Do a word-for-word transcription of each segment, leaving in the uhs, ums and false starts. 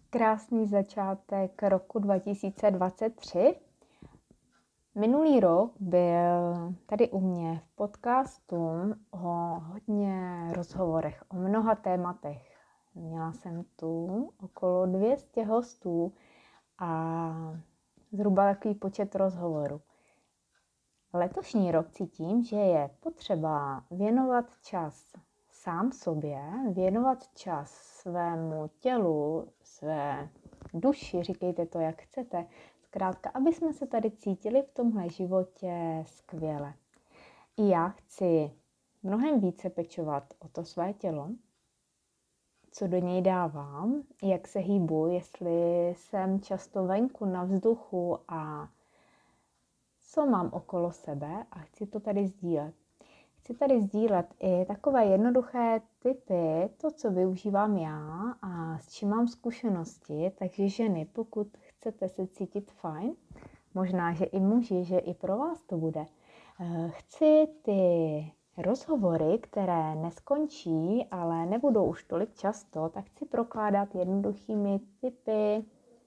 Krásný začátek roku dva tisíce dvacet tři. Minulý rok byl tady u mě v podcastu o hodně rozhovorech, o mnoha tématech. Měla jsem tu okolo dvě stě hostů a zhruba takový počet rozhovorů. Letošní rok cítím, že je potřeba věnovat čas sám sobě, věnovat čas svému tělu, své duši, říkejte to, jak chcete. Zkrátka, aby jsme se tady cítili v tomhle životě skvěle. I já chci mnohem více pečovat o to své tělo, co do něj dávám, jak se hýbu, jestli jsem často venku na vzduchu a co mám okolo sebe a chci to tady sdílet. Chci tady sdílet i takové jednoduché tipy, to, co využívám já a s čím mám zkušenosti. Takže ženy, pokud chcete se cítit fajn, možná, že i muži, že i pro vás to bude, chci ty rozhovory, které neskončí, ale nebudou už tolik často, tak chci prokládat jednoduchými tipy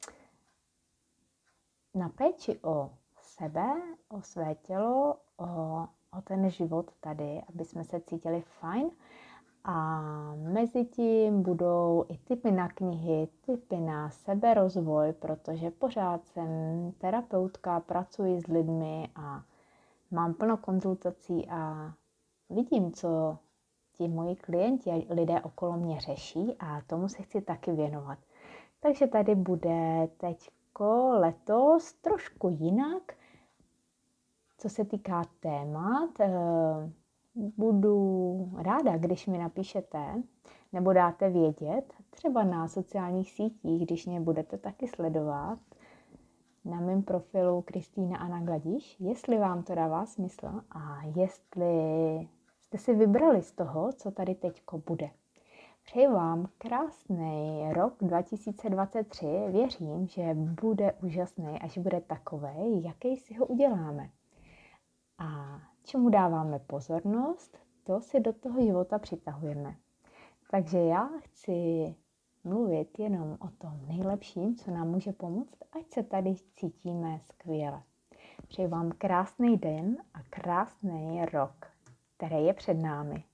na péči o sebe, o své tělo, o, o ten život tady, aby jsme se cítili fajn. A mezi tím budou i tipy na knihy, tipy na seberozvoj, protože pořád jsem terapeutka, pracuji s lidmi a mám plno konzultací a vidím, co ti moji klienti a lidé okolo mě řeší a tomu se chci taky věnovat. Takže tady bude teďko letos trošku jinak. Co se týká témat, budu ráda, když mi napíšete nebo dáte vědět, třeba na sociálních sítích, když mě budete taky sledovat, na mém profilu Kristýna Anna Gladiš, jestli vám to dává smysl a jestli jste si vybrali z toho, co tady teďko bude. Přeji vám krásný rok dva tisíce dvacet tři, věřím, že bude úžasný a že bude takovej, jaký si ho uděláme. A čemu dáváme pozornost, to si do toho života přitahujeme. Takže já chci mluvit jenom o tom nejlepším, co nám může pomoct, ať se tady cítíme skvěle. Přeji vám krásný den a krásný rok, který je před námi.